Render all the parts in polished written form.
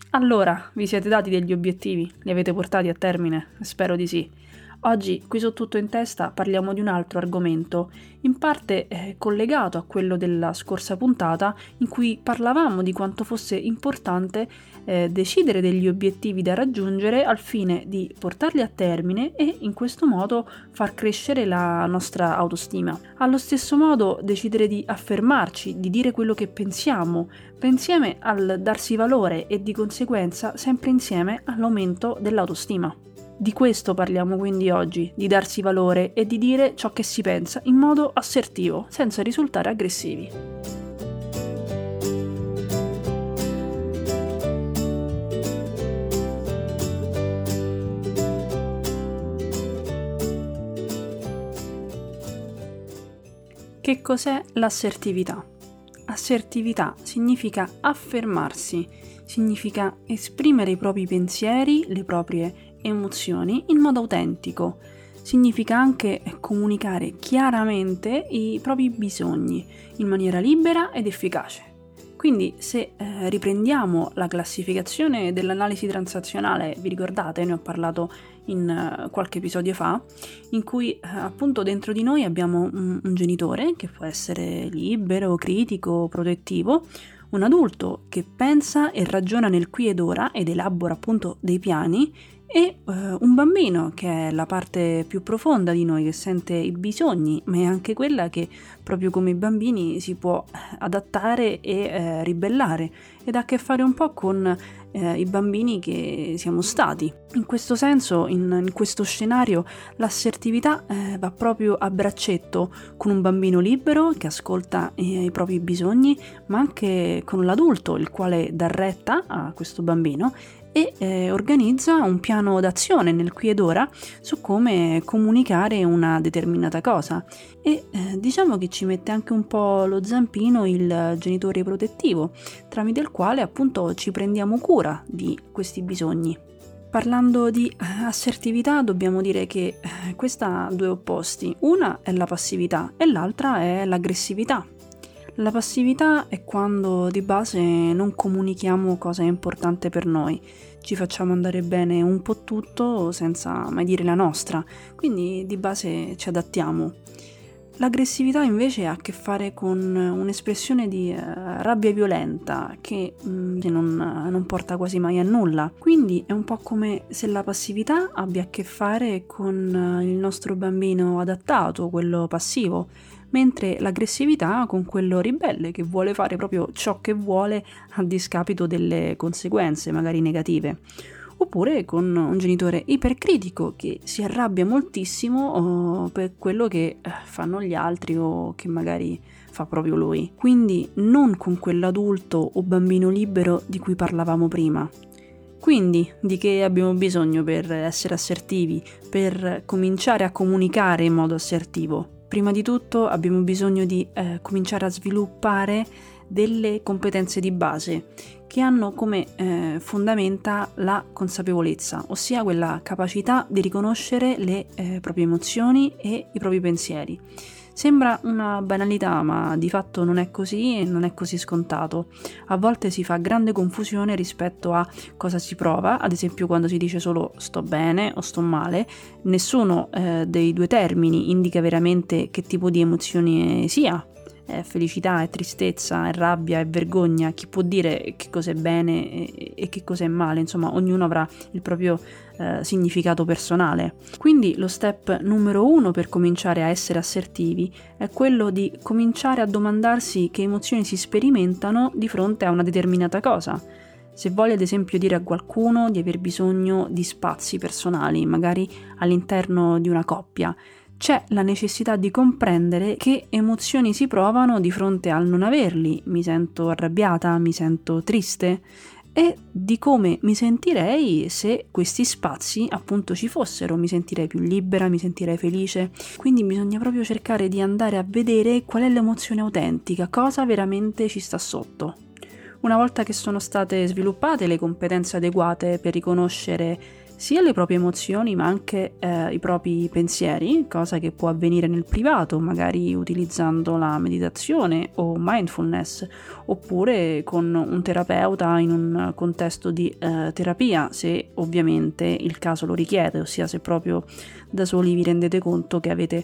Allora, vi siete dati degli obiettivi? Li avete portati a termine? Spero di sì. Oggi, qui su Tutto in Testa, parliamo di un altro argomento, in parte collegato a quello della scorsa puntata, in cui parlavamo di quanto fosse importante decidere degli obiettivi da raggiungere al fine di portarli a termine e in questo modo far crescere la nostra autostima. Allo stesso modo decidere di affermarci, di dire quello che pensiamo, insieme al darsi valore e di conseguenza sempre insieme all'aumento dell'autostima. Di questo parliamo quindi oggi, di darsi valore e di dire ciò che si pensa in modo assertivo, senza risultare aggressivi. Che cos'è l'assertività? Assertività significa affermarsi, significa esprimere i propri pensieri, le proprie emozioni in modo autentico. Significa anche comunicare chiaramente i propri bisogni in maniera libera ed efficace. Quindi se riprendiamo la classificazione dell'analisi transazionale, vi ricordate, ne ho parlato in qualche episodio fa, in cui appunto dentro di noi abbiamo un genitore che può essere libero, critico, protettivo, un adulto che pensa e ragiona nel qui ed ora ed elabora appunto dei piani, e un bambino che è la parte più profonda di noi, che sente i bisogni, ma è anche quella che proprio come i bambini si può adattare e ribellare, ed ha a che fare un po' con i bambini che siamo stati. In questo senso, in questo scenario, l'assertività va proprio a braccetto con un bambino libero che ascolta i propri bisogni, ma anche con l'adulto, il quale dà retta a questo bambino e organizza un piano d'azione nel qui ed ora su come comunicare una determinata cosa. E diciamo che ci mette anche un po' lo zampino il genitore protettivo, tramite il quale appunto ci prendiamo cura di questi bisogni. Parlando di assertività, dobbiamo dire che questa ha due opposti: una è la passività e l'altra è l'aggressività. La passività è quando di base non comunichiamo cosa è importante per noi, ci facciamo andare bene un po' tutto senza mai dire la nostra, quindi di base ci adattiamo. L'aggressività invece ha a che fare con un'espressione di rabbia violenta che non porta quasi mai a nulla. Quindi è un po' come se la passività abbia a che fare con il nostro bambino adattato, quello passivo, mentre l'aggressività con quello ribelle che vuole fare proprio ciò che vuole a discapito delle conseguenze magari negative. Oppure con un genitore ipercritico che si arrabbia moltissimo per quello che fanno gli altri o che magari fa proprio lui. Quindi non con quell'adulto o bambino libero di cui parlavamo prima. Quindi di che abbiamo bisogno per essere assertivi, per cominciare a comunicare in modo assertivo? Prima di tutto abbiamo bisogno di cominciare a sviluppare delle competenze di base che hanno come fondamenta la consapevolezza, ossia quella capacità di riconoscere le proprie emozioni e i propri pensieri. Sembra una banalità, ma di fatto non è così e non è così scontato. A volte si fa grande confusione rispetto a cosa si prova, ad esempio quando si dice solo sto bene o sto male. Nessuno dei due termini indica veramente che tipo di emozione sia. È felicità, è tristezza, è rabbia, è vergogna. Chi può dire che cos'è bene e che cos'è male? Insomma, ognuno avrà il proprio significato personale. Quindi lo step numero 1 per cominciare a essere assertivi è quello di cominciare a domandarsi che emozioni si sperimentano di fronte a una determinata cosa. Se voglio ad esempio dire a qualcuno di aver bisogno di spazi personali, magari all'interno di una coppia, c'è la necessità di comprendere che emozioni si provano di fronte al non averli. Mi sento arrabbiata, mi sento triste, e di come mi sentirei se questi spazi appunto ci fossero. Mi sentirei più libera, mi sentirei felice. Quindi bisogna proprio cercare di andare a vedere qual è l'emozione autentica, cosa veramente ci sta sotto. Una volta che sono state sviluppate le competenze adeguate per riconoscere sia le proprie emozioni ma anche i propri pensieri, cosa che può avvenire nel privato, magari utilizzando la meditazione o mindfulness, oppure con un terapeuta in un contesto di terapia, se ovviamente il caso lo richiede, ossia se proprio da soli vi rendete conto che avete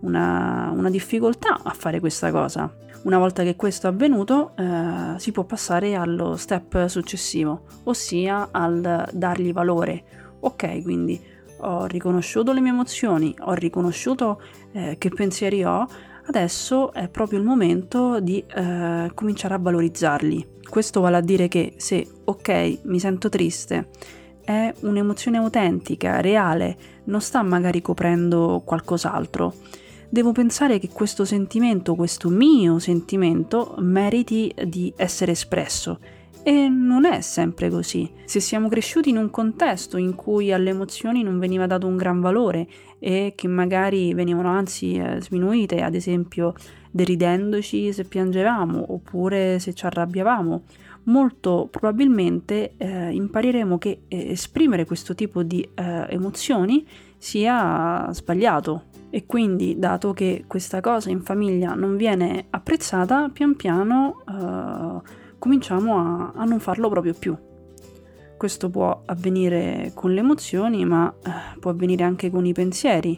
una difficoltà a fare questa cosa. Una volta che questo è avvenuto, si può passare allo step successivo, ossia al dargli valore. Ok, quindi ho riconosciuto le mie emozioni, ho riconosciuto che pensieri ho, adesso è proprio il momento di cominciare a valorizzarli. Questo vale a dire che se, ok, mi sento triste, è un'emozione autentica, reale, non sta magari coprendo qualcos'altro. Devo pensare che questo sentimento, questo mio sentimento, meriti di essere espresso. E non è sempre così. Se siamo cresciuti in un contesto in cui alle emozioni non veniva dato un gran valore e che magari venivano anzi sminuite, ad esempio deridendoci se piangevamo oppure se ci arrabbiavamo, molto probabilmente impareremo che esprimere questo tipo di emozioni sia sbagliato. E quindi, dato che questa cosa in famiglia non viene apprezzata, pian piano cominciamo a non farlo proprio più. Questo può avvenire con le emozioni, ma può avvenire anche con i pensieri.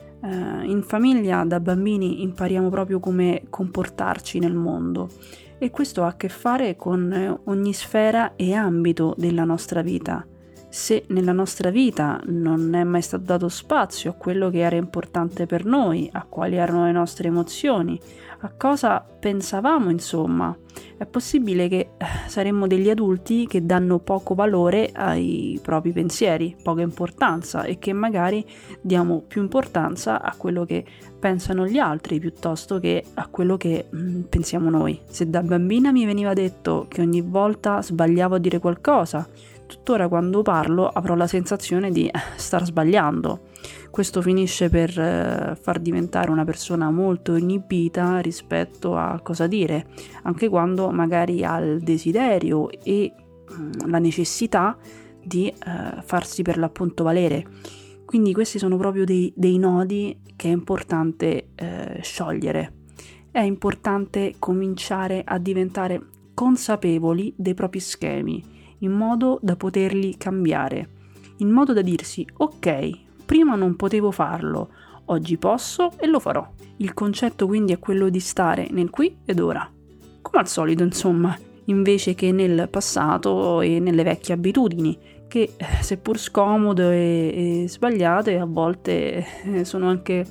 In famiglia, da bambini, impariamo proprio come comportarci nel mondo, e questo ha a che fare con ogni sfera e ambito della nostra vita. Se nella nostra vita non è mai stato dato spazio a quello che era importante per noi, a quali erano le nostre emozioni, a cosa pensavamo, insomma, è possibile che saremmo degli adulti che danno poco valore ai propri pensieri, poca importanza, e che magari diamo più importanza a quello che pensano gli altri piuttosto che a quello che pensiamo noi. Se da bambina mi veniva detto che ogni volta sbagliavo a dire qualcosa, tuttora quando parlo avrò la sensazione di star sbagliando. Questo finisce per far diventare una persona molto inibita rispetto a cosa dire, anche quando magari ha il desiderio e la necessità di farsi per l'appunto valere. Quindi questi sono proprio dei nodi che è importante sciogliere. È importante cominciare a diventare consapevoli dei propri schemi, in modo da poterli cambiare, in modo da dirsi: ok, prima non potevo farlo, oggi posso e lo farò. Il concetto quindi è quello di stare nel qui ed ora, come al solito insomma, invece che nel passato e nelle vecchie abitudini, che seppur scomode e sbagliate, a volte sono anche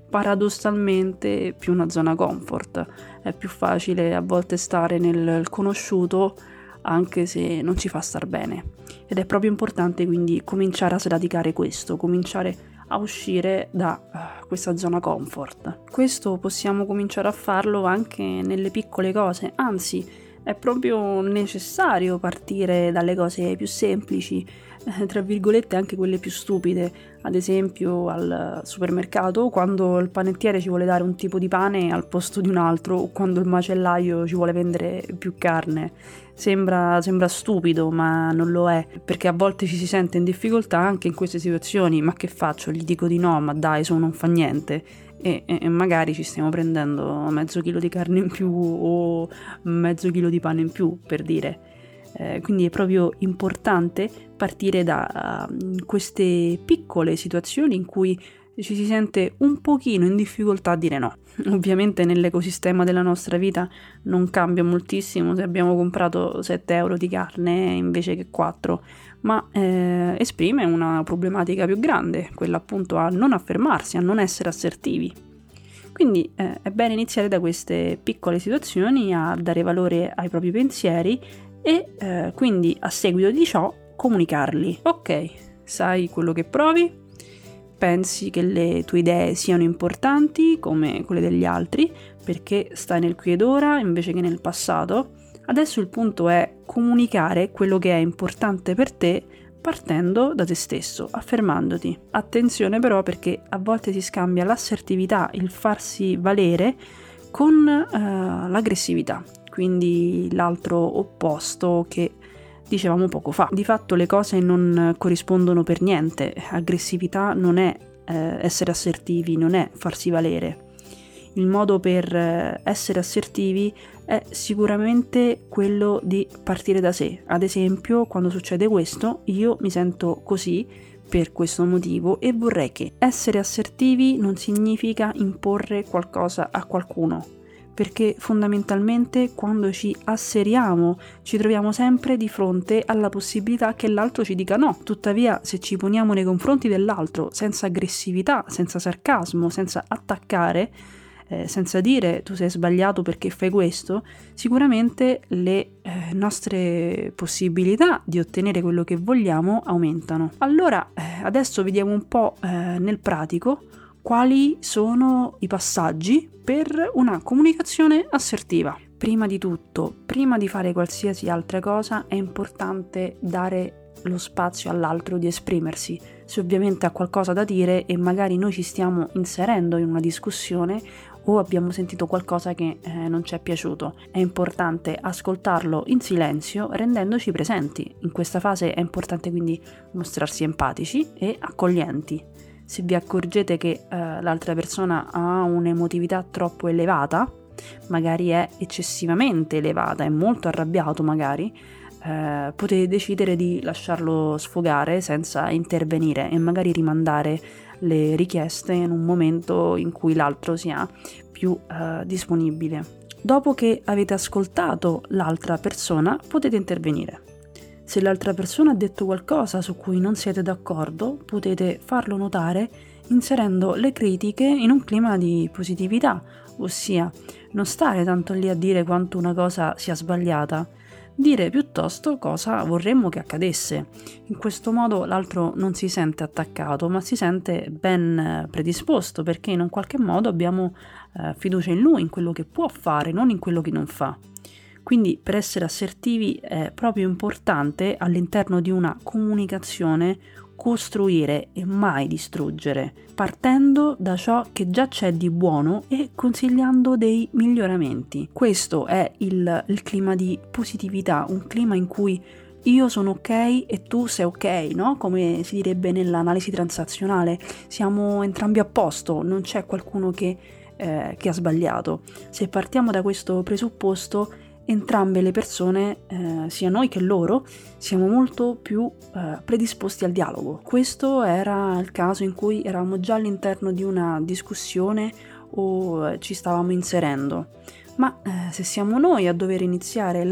paradossalmente più una zona comfort. È più facile a volte stare nel conosciuto, anche se non ci fa star bene, ed è proprio importante quindi cominciare a sradicare questo, cominciare a uscire da questa zona comfort. Questo possiamo cominciare a farlo anche nelle piccole cose, anzi è proprio necessario partire dalle cose più semplici, tra virgolette anche quelle più stupide, ad esempio al supermercato, quando il panettiere ci vuole dare un tipo di pane al posto di un altro, o quando il macellaio ci vuole vendere più carne. Sembra stupido, ma non lo è, perché a volte ci si sente in difficoltà anche in queste situazioni. Ma che faccio? Gli dico di no, ma dai, su, non fa niente. E magari ci stiamo prendendo mezzo chilo di carne in più o mezzo chilo di pane in più, per dire. Quindi è proprio importante partire da queste piccole situazioni in cui ci si sente un pochino in difficoltà a dire no. Ovviamente nell'ecosistema della nostra vita non cambia moltissimo se abbiamo comprato 7 euro di carne invece che 4, ma esprime una problematica più grande, quella appunto a non affermarsi, a non essere assertivi. Quindi è bene iniziare da queste piccole situazioni a dare valore ai propri pensieri e quindi a seguito di ciò comunicarli. Ok, sai quello che provi? Pensi che le tue idee siano importanti come quelle degli altri perché stai nel qui ed ora invece che nel passato? Adesso il punto è comunicare quello che è importante per te partendo da te stesso, affermandoti. Attenzione però, perché a volte si scambia l'assertività, il farsi valere, con l'aggressività, quindi l'altro opposto che dicevamo poco fa. Di fatto le cose non corrispondono per niente. Aggressività non è essere assertivi, non è farsi valere. Il modo per essere assertivi è sicuramente quello di partire da sé. Ad esempio, quando succede questo, io mi sento così per questo motivo e vorrei che. Essere assertivi non significa imporre qualcosa a qualcuno, perché fondamentalmente quando ci asseriamo ci troviamo sempre di fronte alla possibilità che l'altro ci dica no. Tuttavia, se ci poniamo nei confronti dell'altro senza aggressività, senza sarcasmo, senza attaccare, senza dire tu sei sbagliato perché fai questo, sicuramente le nostre possibilità di ottenere quello che vogliamo aumentano. Allora, adesso vediamo un po' nel pratico quali sono i passaggi per una comunicazione assertiva. Prima di tutto, prima di fare qualsiasi altra cosa, è importante dare lo spazio all'altro di esprimersi. Se ovviamente ha qualcosa da dire e magari noi ci stiamo inserendo in una discussione o abbiamo sentito qualcosa che non ci è piaciuto, è importante ascoltarlo in silenzio rendendoci presenti. In questa fase è importante quindi mostrarsi empatici e accoglienti. Se vi accorgete che l'altra persona ha un'emotività troppo elevata, magari è eccessivamente elevata, è molto arrabbiato magari, potete decidere di lasciarlo sfogare senza intervenire e magari rimandare le richieste in un momento in cui l'altro sia più disponibile. Dopo che avete ascoltato l'altra persona, potete intervenire. Se l'altra persona ha detto qualcosa su cui non siete d'accordo, potete farlo notare inserendo le critiche in un clima di positività, ossia non stare tanto lì a dire quanto una cosa sia sbagliata, dire piuttosto cosa vorremmo che accadesse. In questo modo l'altro non si sente attaccato, ma si sente ben predisposto, perché in un qualche modo abbiamo fiducia in lui, in quello che può fare, non in quello che non fa. Quindi per essere assertivi è proprio importante all'interno di una comunicazione costruire e mai distruggere, partendo da ciò che già c'è di buono e consigliando dei miglioramenti. Questo è il clima di positività, un clima in cui io sono ok e tu sei ok, no? Come si direbbe nell'analisi transazionale, siamo entrambi a posto, non c'è qualcuno che ha sbagliato. Se partiamo da questo presupposto, entrambe le persone, sia noi che loro, siamo molto più predisposti al dialogo. Questo era il caso in cui eravamo già all'interno di una discussione o ci stavamo inserendo. Ma se siamo noi a dover iniziare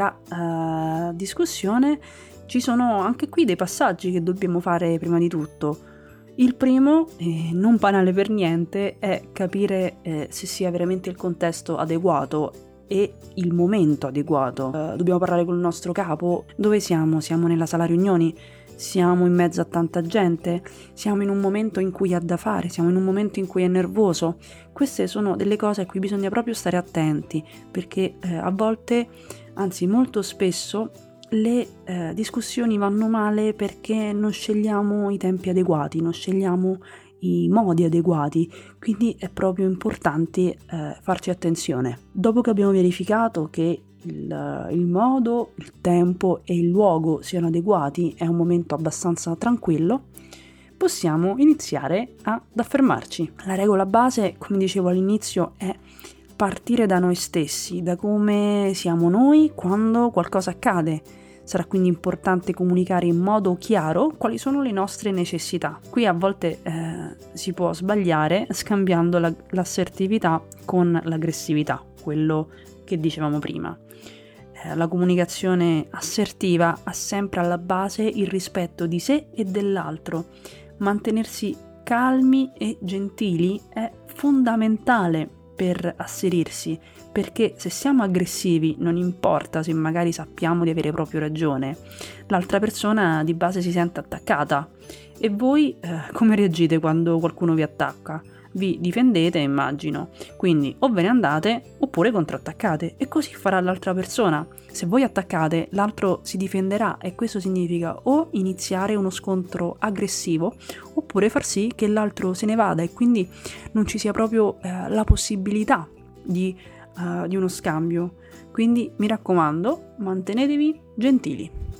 la discussione, ci sono anche qui dei passaggi che dobbiamo fare prima di tutto. Il primo, non banale per niente, è capire se sia veramente il contesto adeguato e il momento adeguato. Dobbiamo parlare con il nostro capo? Dove siamo? Siamo nella sala riunioni? Siamo in mezzo a tanta gente? Siamo in un momento in cui ha da fare? Siamo in un momento in cui è nervoso? Queste sono delle cose a cui bisogna proprio stare attenti, perché a volte, anzi molto spesso, le discussioni vanno male perché non scegliamo i tempi adeguati, non scegliamo i modi adeguati, quindi è proprio importante farci attenzione. Dopo che abbiamo verificato che il modo, il tempo e il luogo siano adeguati, è un momento abbastanza tranquillo, possiamo iniziare ad affermarci. La regola base, come dicevo all'inizio, è partire da noi stessi, da come siamo noi quando qualcosa accade. Sarà quindi importante comunicare in modo chiaro quali sono le nostre necessità. Qui a volte si può sbagliare scambiando l'assertività con l'aggressività, quello che dicevamo prima. La comunicazione assertiva ha sempre alla base il rispetto di sé e dell'altro. Mantenersi calmi e gentili è fondamentale per asserirsi, perché se siamo aggressivi, non importa se magari sappiamo di avere proprio ragione, l'altra persona di base si sente attaccata. E voi come reagite quando qualcuno vi attacca? Vi difendete, immagino, quindi o ve ne andate oppure contrattaccate, e così farà l'altra persona. Se voi attaccate, l'altro si difenderà, e questo significa o iniziare uno scontro aggressivo oppure far sì che l'altro se ne vada e quindi non ci sia proprio la possibilità di uno scambio. Quindi mi raccomando, mantenetevi gentili.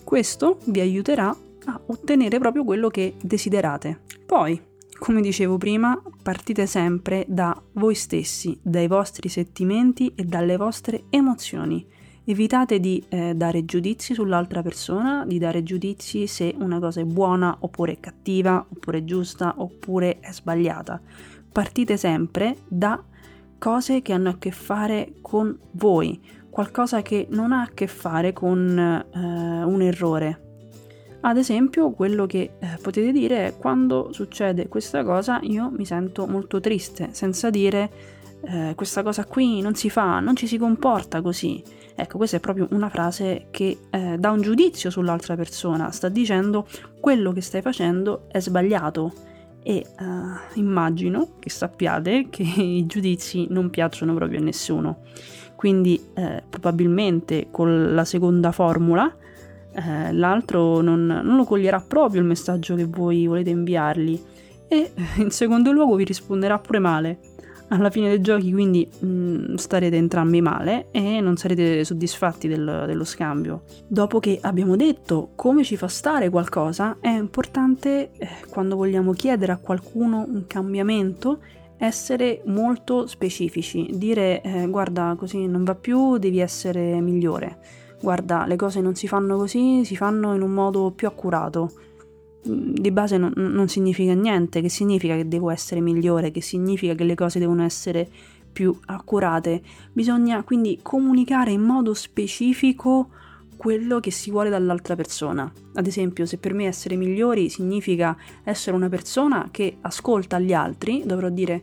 Questo vi aiuterà a ottenere proprio quello che desiderate. Poi, come dicevo prima, partite sempre da voi stessi, dai vostri sentimenti e dalle vostre emozioni. Evitate di dare giudizi sull'altra persona, di dare giudizi se una cosa è buona oppure è cattiva, oppure è giusta, oppure è sbagliata. Partite sempre da cose che hanno a che fare con voi, qualcosa che non ha a che fare con un errore. Ad esempio, quello che potete dire è: quando succede questa cosa io mi sento molto triste, senza dire questa cosa qui non si fa, non ci si comporta così. Ecco, questa è proprio una frase che dà un giudizio sull'altra persona, sta dicendo quello che stai facendo è sbagliato. E immagino che sappiate che i giudizi non piacciono proprio a nessuno, quindi probabilmente con la seconda formula l'altro non lo coglierà proprio il messaggio che voi volete inviargli, e in secondo luogo vi risponderà pure male. Alla fine dei giochi quindi starete entrambi male e non sarete soddisfatti dello scambio. Dopo che abbiamo detto come ci fa stare qualcosa, è importante quando vogliamo chiedere a qualcuno un cambiamento essere molto specifici, dire guarda, così non va più, devi essere migliore, guarda, le cose non si fanno così, si fanno in un modo più accurato. Di base non significa niente, che significa che devo essere migliore, che significa che le cose devono essere più accurate. Bisogna quindi comunicare in modo specifico quello che si vuole dall'altra persona. Ad esempio, se per me essere migliori significa essere una persona che ascolta gli altri, dovrò dire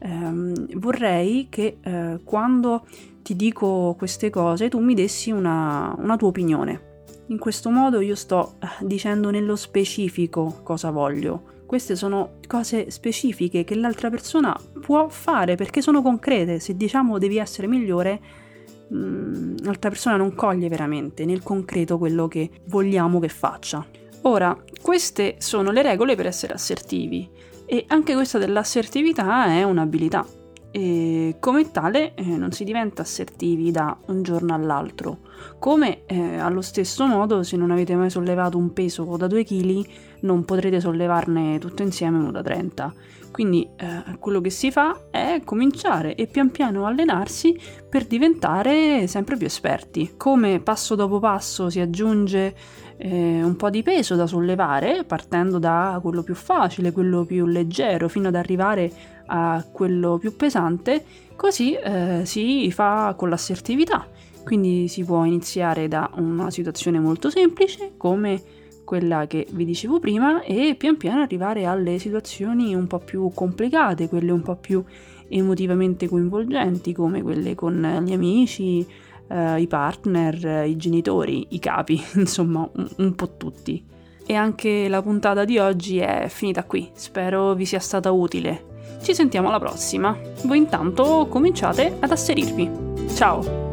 vorrei che quando ti dico queste cose tu mi dessi una tua opinione. In questo modo io sto dicendo nello specifico cosa voglio. Queste sono cose specifiche che l'altra persona può fare perché sono concrete. Se diciamo devi essere migliore, l'altra persona non coglie veramente nel concreto quello che vogliamo che faccia. Ora, queste sono le regole per essere assertivi, e anche questa dell'assertività è un'abilità. E come tale non si diventa assertivi da un giorno all'altro. Come allo stesso modo, se non avete mai sollevato un peso da 2 kg, non potrete sollevarne tutto insieme uno da 30. Quindi quello che si fa è cominciare e pian piano allenarsi per diventare sempre più esperti. Come passo dopo passo si aggiunge un po' di peso da sollevare, partendo da quello più facile, quello più leggero, fino ad arrivare a quello più pesante, così si fa con l'assertività. Quindi si può iniziare da una situazione molto semplice, come quella che vi dicevo prima, e pian piano arrivare alle situazioni un po' più complicate, quelle un po' più emotivamente coinvolgenti, come quelle con gli amici, i partner, i genitori, i capi, insomma un po' tutti. E anche la puntata di oggi è finita qui, spero vi sia stata utile. Ci sentiamo alla prossima. Voi intanto cominciate ad asserirvi. Ciao!